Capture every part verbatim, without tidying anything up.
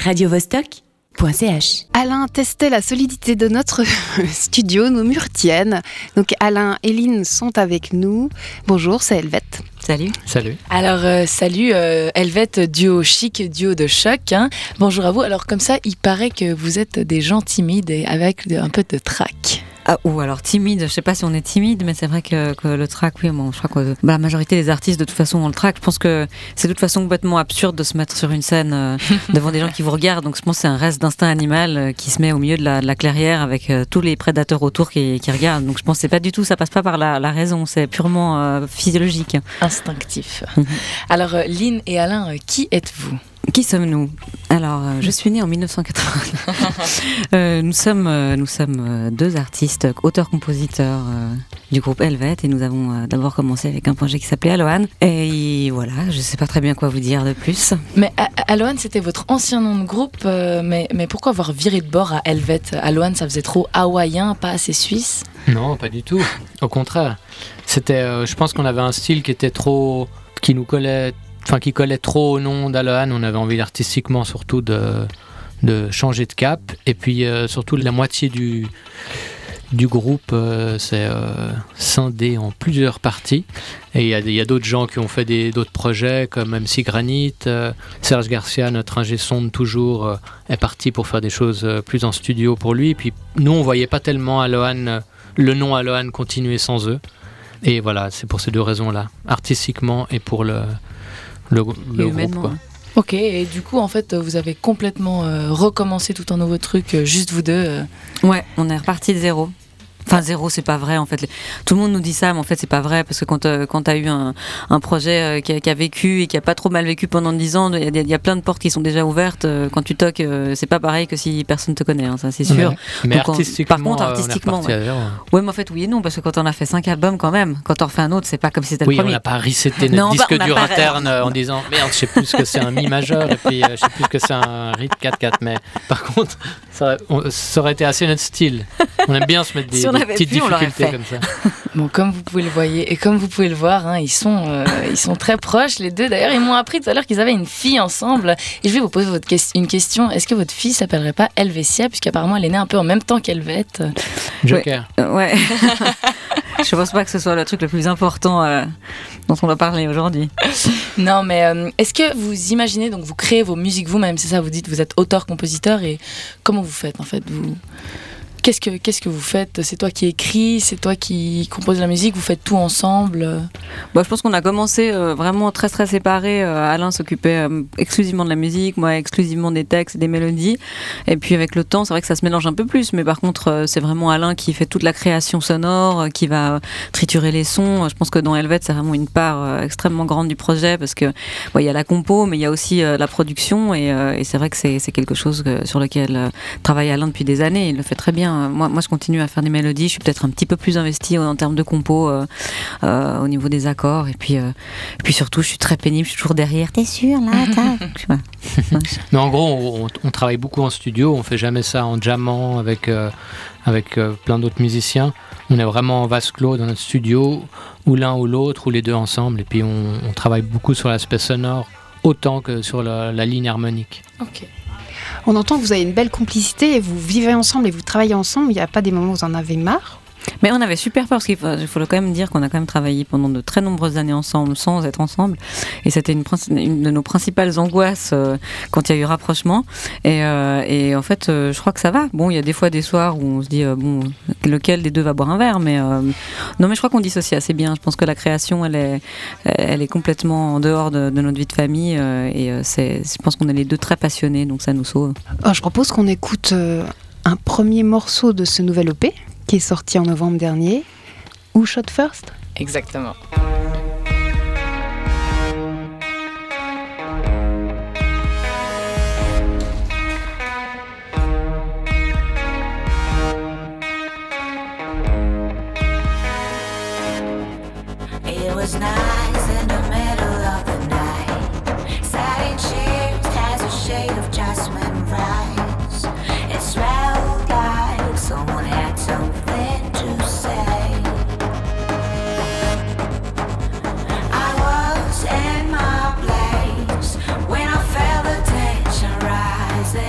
radio vostok point c h. Alain testait la solidité de notre studio, nos murs tiennent. Donc Alain et Lynn sont avec nous. Bonjour, c'est Helvète. Salut. Salut. Alors, euh, salut, euh, Helvète, duo chic, duo de choc. Hein. Bonjour à vous. Alors, comme ça, il paraît que vous êtes des gens timides et avec de, un peu de trac. Ah, ou alors timide, je sais pas si on est timide, mais c'est vrai que, que le track, oui, bon, je crois que bah, la majorité des artistes de toute façon ont le track. Je pense que c'est de toute façon complètement absurde de se mettre sur une scène euh, devant des gens qui vous regardent. Donc je pense que c'est un reste d'instinct animal euh, qui se met au milieu de la, de la clairière avec euh, tous les prédateurs autour qui, qui regardent. Donc je pense que c'est pas du tout, ça passe pas par la, la raison, c'est purement euh, physiologique. Instinctif. Mm-hmm. Alors, euh, Lynn et Alain, euh, qui êtes-vous ? Qui sommes-nous ? Alors, euh, je suis née en dix-neuf cent quatre-vingts. euh, nous sommes, euh, nous sommes euh, deux artistes, auteurs-compositeurs euh, du groupe Helvète, et nous avons euh, d'abord commencé avec un projet qui s'appelait Alohan. Et voilà, je ne sais pas très bien quoi vous dire de plus. Mais A- Alohan, c'était votre ancien nom de groupe, euh, mais, mais pourquoi avoir viré de bord à Helvète ? Alohan, ça faisait trop hawaïen, pas assez suisse ? Non, pas du tout. Au contraire. C'était, euh, je pense qu'on avait un style qui était trop, qui nous collait. Enfin, qui collait trop au nom d'Alohan. On avait envie artistiquement surtout de, de changer de cap. Et puis euh, surtout la moitié du, du groupe euh, c'est euh, scindé en plusieurs parties. Et il y a, y a d'autres gens qui ont fait des, d'autres projets comme M C Granit. Euh, Serge Garcia, notre ingé son de toujours, euh, est parti pour faire des choses euh, plus en studio pour lui. Et puis nous, on voyait pas tellement Alohan, euh, le nom Alohan continuer sans eux. Et voilà, c'est pour ces deux raisons-là, artistiquement et pour le... le, le groupe, quoi. Ok, et du coup, en fait, vous avez complètement euh, recommencé tout un nouveau truc, euh, juste vous deux. Euh... Ouais, on est reparti de zéro. Enfin, zéro, c'est pas vrai, en fait. Tout le monde nous dit ça, mais en fait, c'est pas vrai, parce que quand, euh, quand t'as eu un, un projet euh, qui, a, qui a vécu et qui a pas trop mal vécu pendant dix ans, il y, y a plein de portes qui sont déjà ouvertes. Euh, quand tu toques, euh, c'est pas pareil que si personne te connaît, hein, ça, c'est sûr. Ouais. Mais Donc, artistiquement, on, par contre, artistiquement, on ouais. ouais, mais en fait, oui et non, parce que quand on a fait cinq albums, quand même, quand on refait un autre, c'est pas comme si c'était oui, le premier. Oui, on n'a pas reseté notre non, disque bah, dur pas... interne euh, en disant merde, je sais plus ce que c'est un mi majeur et puis euh, je sais plus ce que c'est un rythme quatre quatre. Mais par contre, ça, on, ça aurait été assez notre style. On aime bien se mettre des, si des petites pu, difficultés comme ça. Bon, comme vous pouvez le voir et comme vous pouvez le voir, hein, ils sont, euh, ils sont très proches les deux. D'ailleurs, ils m'ont appris tout à l'heure qu'ils avaient une fille ensemble. Et je vais vous poser votre que- une question. Est-ce que votre fille s'appellerait pas Helvétia, puisqu'apparemment elle est née un peu en même temps qu'Helvète ? Joker. Ouais. Euh, ouais. Je pense pas que ce soit le truc le plus important euh, dont on va parler aujourd'hui. Non, mais euh, est-ce que vous imaginez, donc vous créez vos musiques vous-même, c'est ça, vous dites, vous êtes auteur-compositeur, et comment vous faites en fait vous... Qu'est-ce que, qu'est-ce que vous faites ? C'est toi qui écris, c'est toi qui compose la musique, vous faites tout ensemble ? Bon, je pense qu'on a commencé euh, vraiment très très séparés. Euh, Alain s'occupait euh, exclusivement de la musique, moi exclusivement des textes et des mélodies. Et puis avec le temps, c'est vrai que ça se mélange un peu plus. Mais par contre, euh, c'est vraiment Alain qui fait toute la création sonore, euh, qui va triturer les sons. Je pense que dans Helvète, c'est vraiment une part euh, extrêmement grande du projet parce que bon, y a la compo, mais il y a aussi euh, la production. Et, euh, et c'est vrai que c'est, c'est quelque chose que, sur lequel euh, travaille Alain depuis des années. Il le fait très bien. Moi, moi, je continue à faire des mélodies. Je suis peut-être un petit peu plus investie en termes de compo euh, euh, au niveau des accords. Et puis, euh, et puis surtout, je suis très pénible. Je suis toujours derrière. T'es sûr là t'as... Mais en gros, on, on travaille beaucoup en studio. On fait jamais ça en jammant avec euh, avec euh, plein d'autres musiciens. On est vraiment en vase clos dans notre studio, ou l'un ou l'autre, ou les deux ensemble. Et puis, on, on travaille beaucoup sur l'aspect sonore, autant que sur la, la ligne harmonique. Ok. On entend que vous avez une belle complicité et vous vivez ensemble et vous travaillez ensemble. Il n'y a pas des moments où vous en avez marre ? Mais on avait super peur, parce qu'il faut, il faut quand même dire qu'on a quand même travaillé pendant de très nombreuses années ensemble, sans être ensemble. Et c'était une, une de nos principales angoisses euh, quand il y a eu rapprochement. Et, euh, et en fait, euh, je crois que ça va. Bon, il y a des fois des soirs où on se dit, euh, bon, lequel des deux va boire un verre, mais euh, non, mais je crois qu'on dissocie assez bien. Je pense que la création, elle est, elle est complètement en dehors de, de notre vie de famille. Euh, et euh, c'est, je pense qu'on est les deux très passionnés, donc ça nous sauve. Alors, je propose qu'on écoute euh, un premier morceau de ce nouvel E P qui est sorti en novembre dernier. Who Shot First ? Exactement. It was nice in the middle of the night. Satin sheets has a shade of jasmine rice. It smelled like someone had something to say. I was in my place when I felt the tension rise.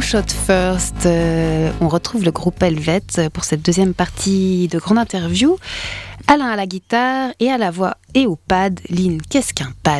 Shot First. Euh, on retrouve le groupe Helvet pour cette deuxième partie de grande interview. Alain à la guitare et à la voix et au pad. Lynn, qu'est-ce qu'un pad ?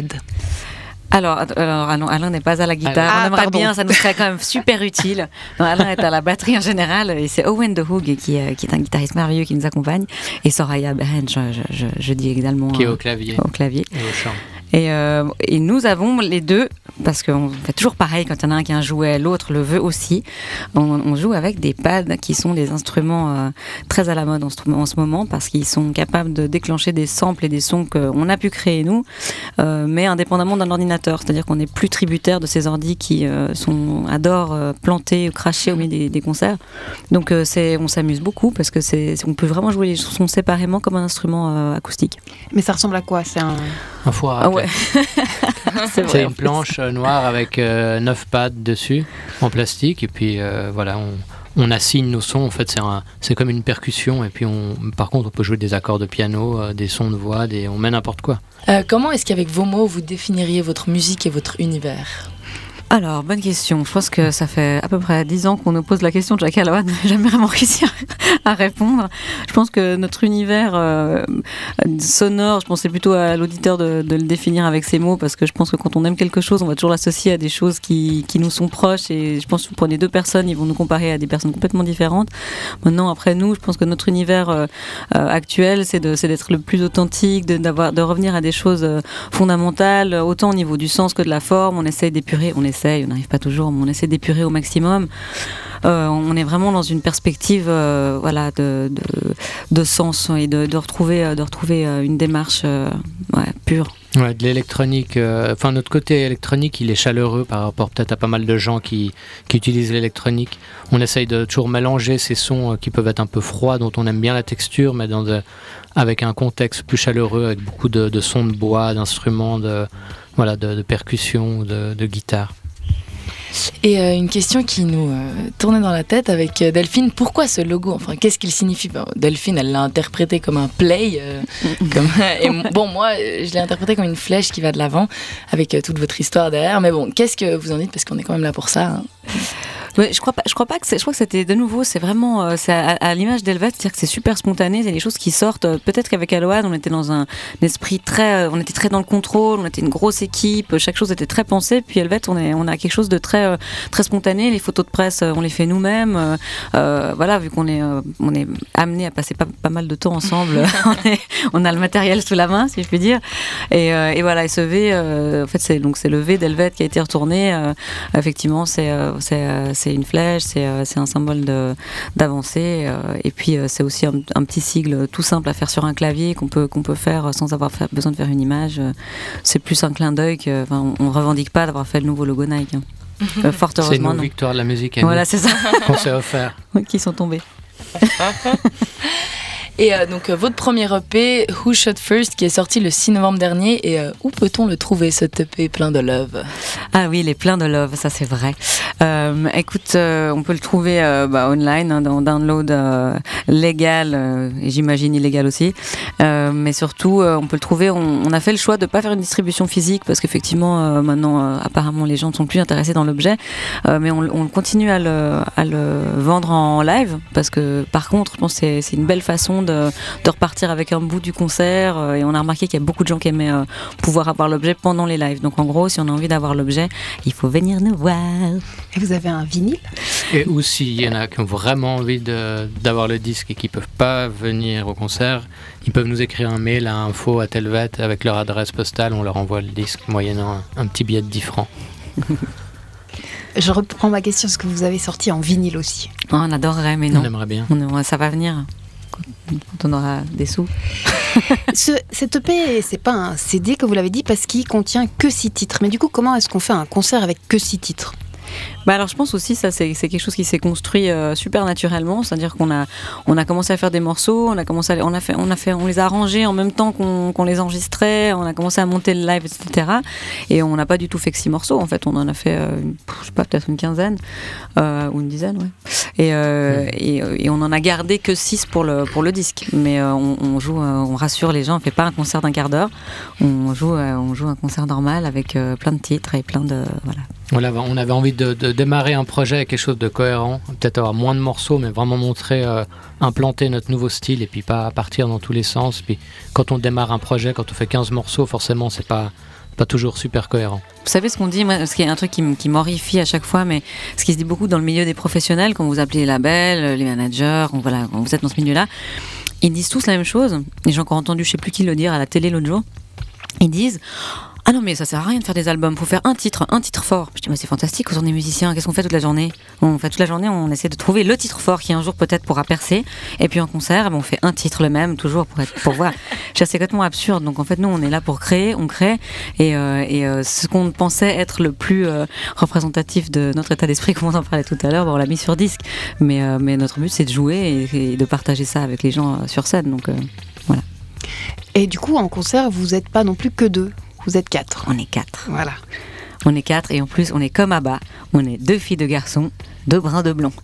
Alors, alors Alain, Alain n'est pas à la guitare. Ah, on aimerait pardon. bien, ça nous serait quand même super utile. Non, Alain est à la batterie en général. Et c'est Owen de Hoog qui, euh, qui est un guitariste merveilleux qui nous accompagne. Et Soraya Beren, je, je, je, je dis également. Qui est euh, au clavier. Au clavier. Et au chant. Et, euh, et nous avons les deux, parce qu'on fait toujours pareil, quand il y en a un qui a un jouet, l'autre le veut aussi. On, on joue avec des pads qui sont des instruments euh, très à la mode en ce, en ce moment, parce qu'ils sont capables de déclencher des samples et des sons qu'on a pu créer nous, euh, mais indépendamment d'un ordinateur. C'est-à-dire qu'on n'est plus tributaire de ces ordis qui euh, sont, adorent euh, planter ou cracher au milieu des, des concerts. Donc euh, c'est, on s'amuse beaucoup, parce que c'est, on peut vraiment jouer les chansons séparément comme un instrument euh, acoustique. Mais ça ressemble à quoi ? C'est un... Un four à Ah ouais. c'est vrai. C'est une planche euh, noire avec euh, neuf pads dessus, en plastique, et puis euh, voilà, on, on assigne nos sons. En fait, c'est, un, c'est comme une percussion, et puis on, par contre, on peut jouer des accords de piano, euh, des sons de voix, des, on met n'importe quoi. Euh, comment est-ce qu'avec vos mots, vous définiriez votre musique et votre univers ? Alors, bonne question. Je pense que ça fait à peu près dix ans qu'on nous pose la question de Jack Halloran. J'ai jamais vraiment réussi à répondre. Je pense que notre univers euh, sonore, je pensais plutôt à l'auditeur de, de le définir avec ses mots, parce que je pense que quand on aime quelque chose, on va toujours l'associer à des choses qui, qui nous sont proches. Et je pense que vous prenez deux personnes, ils vont nous comparer à des personnes complètement différentes. Maintenant, après nous, je pense que notre univers euh, actuel, c'est, de, c'est d'être le plus authentique, de, d'avoir, de revenir à des choses fondamentales, autant au niveau du sens que de la forme. On essaye d'épurer, on essaye on n'arrive pas toujours, mais on essaie d'épurer au maximum. Euh, on est vraiment dans une perspective euh, voilà, de, de, de sens et de, de retrouver, de retrouver une démarche euh, ouais, pure. Ouais, de l'électronique. Euh, enfin, notre côté électronique, il est chaleureux par rapport peut-être à pas mal de gens qui, qui utilisent l'électronique. On essaye de toujours mélanger ces sons euh, qui peuvent être un peu froids, dont on aime bien la texture, mais dans de, avec un contexte plus chaleureux, avec beaucoup de, de sons de bois, d'instruments, de, voilà, de, de percussions, de, de guitare. Et euh, une question qui nous euh, tournait dans la tête avec euh, Delphine, pourquoi ce logo ? Enfin, qu'est-ce qu'il signifie ? Bon, Delphine, elle l'a interprété comme un play. Euh, comme, et bon, moi, je l'ai interprété comme une flèche qui va de l'avant, avec euh, toute votre histoire derrière. Mais bon, qu'est-ce que vous en dites ? Parce qu'on est quand même là pour ça. Hein. Ouais, je crois pas, je crois pas que c'est, je crois que c'était de nouveau, c'est vraiment, euh, c'est à, à l'image d'Helvet, c'est-à-dire que c'est super spontané, c'est des choses qui sortent. Euh, peut-être qu'avec Halloran, on était dans un, un esprit très, euh, on était très dans le contrôle, on était une grosse équipe, chaque chose était très pensée. Puis Helvet, on est, on a quelque chose de très, euh, très spontané. Les photos de presse, euh, on les fait nous-mêmes. Euh, euh, voilà, vu qu'on est, euh, on est amené à passer pas, pas mal de temps ensemble, on, est, on a le matériel sous la main, si je puis dire. Et, euh, et voilà, et ce V, euh, en fait, c'est donc c'est le V d'Helvet qui a été retourné. Euh, effectivement, c'est, euh, c'est, euh, c'est une flèche, c'est, euh, c'est un symbole de, d'avancée, euh, et puis euh, c'est aussi un, un petit sigle tout simple à faire sur un clavier qu'on peut, qu'on peut faire sans avoir fait, besoin de faire une image. C'est plus un clin d'œil que, enfin, on ne revendique pas d'avoir fait le nouveau logo Nike. Hein. Euh, fort heureusement, c'est nos non. victoires de la musique à Voilà, nous, c'est ça. qu'on s'est offert. Qui sont tombés. Et euh, donc euh, votre premier E P, Who Shot First, qui est sorti le six novembre dernier, et euh, où peut-on le trouver, ce E P plein de love ? Ah oui, il est plein de love, ça c'est vrai. Euh, écoute, euh, on peut le trouver euh, bah, online, hein, dans download euh, légal, euh, et j'imagine illégal aussi. Euh, mais surtout, euh, on peut le trouver, on, on a fait le choix de ne pas faire une distribution physique, parce qu'effectivement, euh, maintenant, euh, apparemment, les gens ne sont plus intéressés dans l'objet. Euh, mais on, on continue à le, à le vendre en live, parce que par contre, je pense que c'est, c'est une belle façon De, de repartir avec un bout du concert, euh, et on a remarqué qu'il y a beaucoup de gens qui aimaient euh, pouvoir avoir l'objet pendant les lives. Donc en gros, si on a envie d'avoir l'objet, il faut venir nous voir. Et vous avez un vinyle ? Et aussi, il y en a qui ont vraiment envie de, d'avoir le disque et qui ne peuvent pas venir au concert, ils peuvent nous écrire un mail à info arobase helvet avec leur adresse postale, on leur envoie le disque moyennant un, un petit billet de dix francs. Je reprends ma question, est-ce que vous avez sorti en vinyle aussi ? Oh, on adorerait, mais non. On aimerait bien. On, ça va venir quand on aura des sous. Ce, cet E P, c'est pas un C D, que vous l'avez dit, parce qu'il contient que six titres. Mais du coup, comment est-ce qu'on fait un concert avec que six titres ? Bah alors je pense aussi ça c'est, c'est quelque chose qui s'est construit euh, super naturellement, c'est-à-dire qu'on a on a commencé à faire des morceaux, on a commencé à, on a fait on a fait on les a arrangés en même temps qu'on, qu'on les enregistrait, on a commencé à monter le live, et cetera. Et on n'a pas du tout fait que six morceaux, en fait on en a fait euh, une, je sais pas, peut-être une quinzaine euh, ou une dizaine, ouais. Et, euh, mmh. et et on en a gardé que six pour le pour le disque, mais euh, on, on joue, euh, on rassure les gens, on fait pas un concert d'un quart d'heure, on joue euh, on joue un concert normal avec euh, plein de titres et plein de voilà. On avait, on avait envie de, de démarrer un projet avec quelque chose de cohérent, peut-être avoir moins de morceaux, mais vraiment montrer, euh, implanter notre nouveau style et puis pas partir dans tous les sens. Puis quand on démarre un projet, quand on fait quinze morceaux, forcément, c'est pas, pas toujours super cohérent. Vous savez ce qu'on dit, moi, ce qui est un truc qui, m- qui m'horrifie à chaque fois, mais ce qui se dit beaucoup dans le milieu des professionnels, quand vous appelez les labels, les managers, on- voilà, quand vous êtes dans ce milieu-là, ils disent tous la même chose. Et j'ai encore entendu, je sais plus qui le dire à la télé l'autre jour. Ils disent: ah non, mais ça sert à rien de faire des albums, faut faire un titre, un titre fort. Je dis: mais c'est fantastique, quand on est musicien, qu'est-ce qu'on fait toute la journée? On fait toute la journée, on essaie de trouver le titre fort qui un jour peut-être pourra percer. Et puis en concert, on fait un titre le même, toujours pour, être, pour voir. C'est complètement absurde. Donc en fait, nous, on est là pour créer, on crée. Et, euh, et euh, ce qu'on pensait être le plus euh, représentatif de notre état d'esprit, comme on en parlait tout à l'heure, bon, on l'a mis sur disque. Mais, euh, mais notre but, c'est de jouer et, et de partager ça avec les gens euh, sur scène. Donc euh, voilà. Et du coup, en concert, vous n'êtes pas non plus que deux. Vous êtes quatre. On est quatre. Voilà. On est quatre et en plus, on est comme Abba. On est deux filles, deux garçons, deux brins de blond.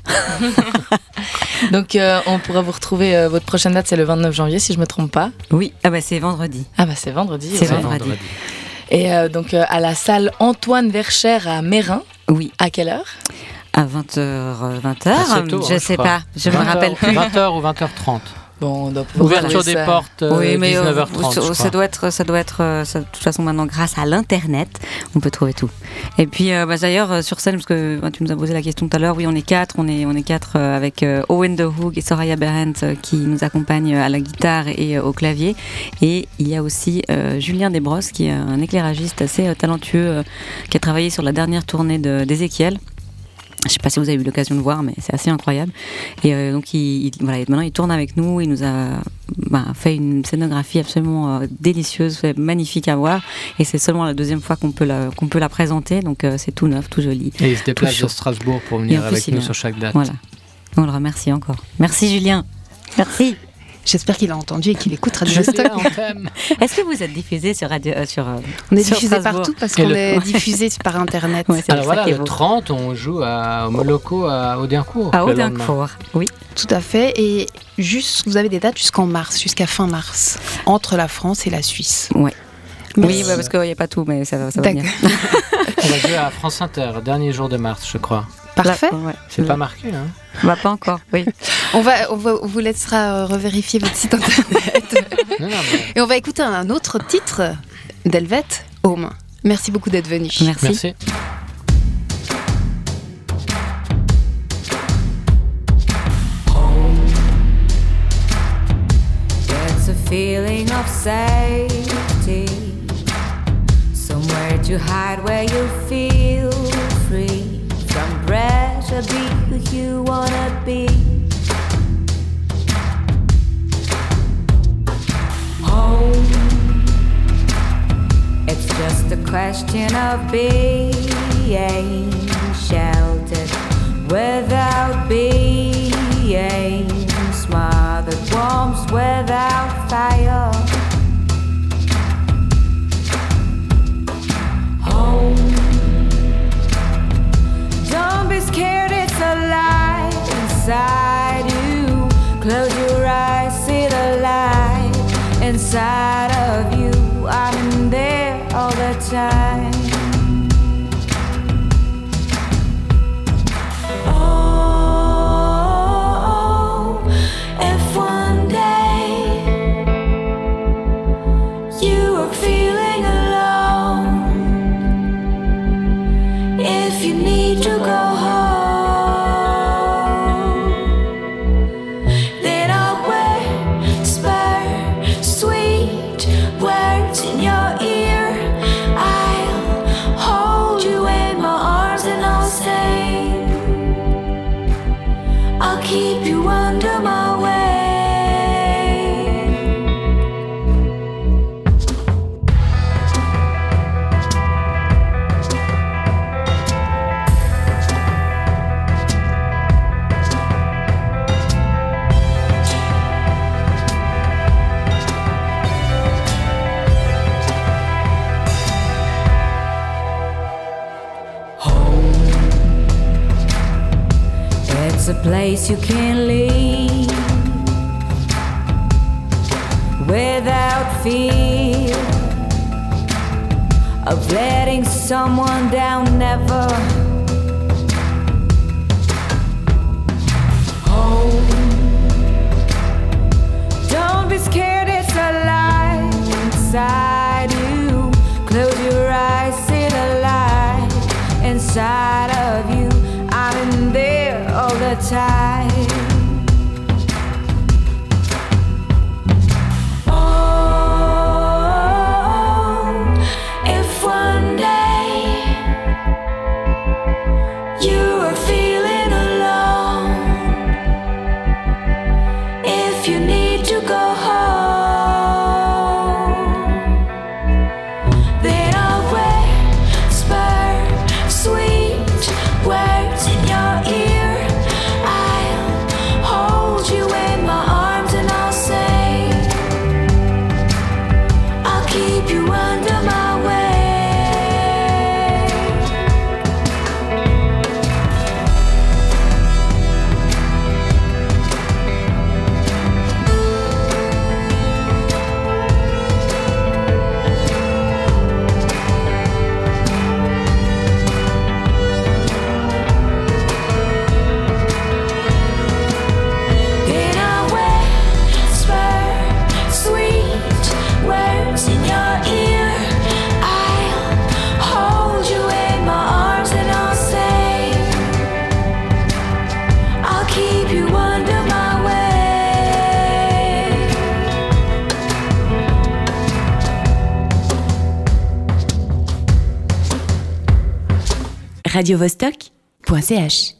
Donc euh, on pourra vous retrouver, euh, votre prochaine date c'est le vingt-neuf janvier si je me trompe pas. Oui, ah bah c'est vendredi. Ah bah c'est vendredi. C'est ouais. vendredi. Et euh, donc euh, à la salle Antoine Verchères à Mérin. Oui. À quelle heure? À vingt heures, vingt heures, Assez tôt, je hein, sais crois. pas, je me rappelle plus. vingt heures ou vingt heures trente. Bon, on doit pouvoir Ouverture trouver des ça. portes, euh, Oui, mais dix-neuf heures euh, trente. ça, je ça crois. doit être, ça doit être, euh, ça- de toute façon maintenant grâce à l'internet, on peut trouver tout. Et puis euh, bah, d'ailleurs euh, sur scène, parce que bah, tu nous as posé la question tout à l'heure, oui on est quatre, on est on est quatre euh, avec euh, Owen De Hoog et Soraya Berendt euh, qui nous accompagnent à la guitare et euh, au clavier. Et il y a aussi euh, Julien Desbrosses qui est un éclairagiste assez euh, talentueux euh, qui a travaillé sur la dernière tournée de- d'Ézéchiel. Je ne sais pas si vous avez eu l'occasion de voir, mais c'est assez incroyable. Et euh, donc, il, il- voilà, maintenant, il tourne avec nous. Il nous a bah, fait une scénographie absolument euh, délicieuse, fait magnifique à voir. Et c'est seulement la deuxième fois qu'on peut la, qu'on peut la présenter. Donc, euh, c'est tout neuf, tout joli. Et il se déplace chaud. de Strasbourg pour Et venir en plus, avec il nous a- sur chaque date. Voilà. On le remercie encore. Merci, Julien. Merci. J'espère qu'il a entendu et qu'il écoute Radio Je Stock. sais, on t'aime. Est-ce que vous êtes diffusé sur Radio. euh, sur, euh, On est sur diffusé Strasbourg partout parce Et qu'on le- est diffusé par Internet. Ouais, c'est Alors ça voilà, qui est le beau. trente, on joue à, au Moloko à Audincourt. À le lendemain. Audincourt. Oui. Tout à fait. Et juste, vous avez des dates jusqu'en mars, jusqu'à fin mars, entre la France et la Suisse. Ouais. Merci. Oui, bah, parce qu'il n'y a pas tout, mais ça, va- ça va D'accord. venir. On va jouer à France Inter, dernier jour de mars, je crois. Parfait. Là, ouais. C'est pas marqué, hein. Bah, pas encore, oui. On, va, on, va, on vous laissera euh, revérifier votre site internet. Non, non, mais- Et on va écouter un autre titre d'Helvet, Home. Merci beaucoup d'être venu. Merci. Merci. It's a feeling of safety, somewhere to hide where you feel free from pressure. Be who you wanna be. Home. It's just a question of being sheltered without being smothered, warmth without fire. Home. Don't be scared, it's alive inside you. Close your eyes, see the light inside of you. I'm in there all the time. Oh, if one day you are feeling alone, if you need to go home, then I'll whisper sweet words in your ear. I'll hold you in my arms and I'll say, I'll keep you under my wing. It's a place you can't leave without fear of letting someone down, never. Don't be scared, it's alive inside you. Close your eyes, see the light inside of you. I'm in there all the time. Oh, if one day you are feeling alone, if you need to go home, then I'll whisper sweet words in your ear. I'll hold you in my arms and I'll say, I'll keep you under my wing. Then I'll whisper sweet words in your ear. I'll hold you in my arms and I'll say, I'll keep you under my wing. radiovostok point c h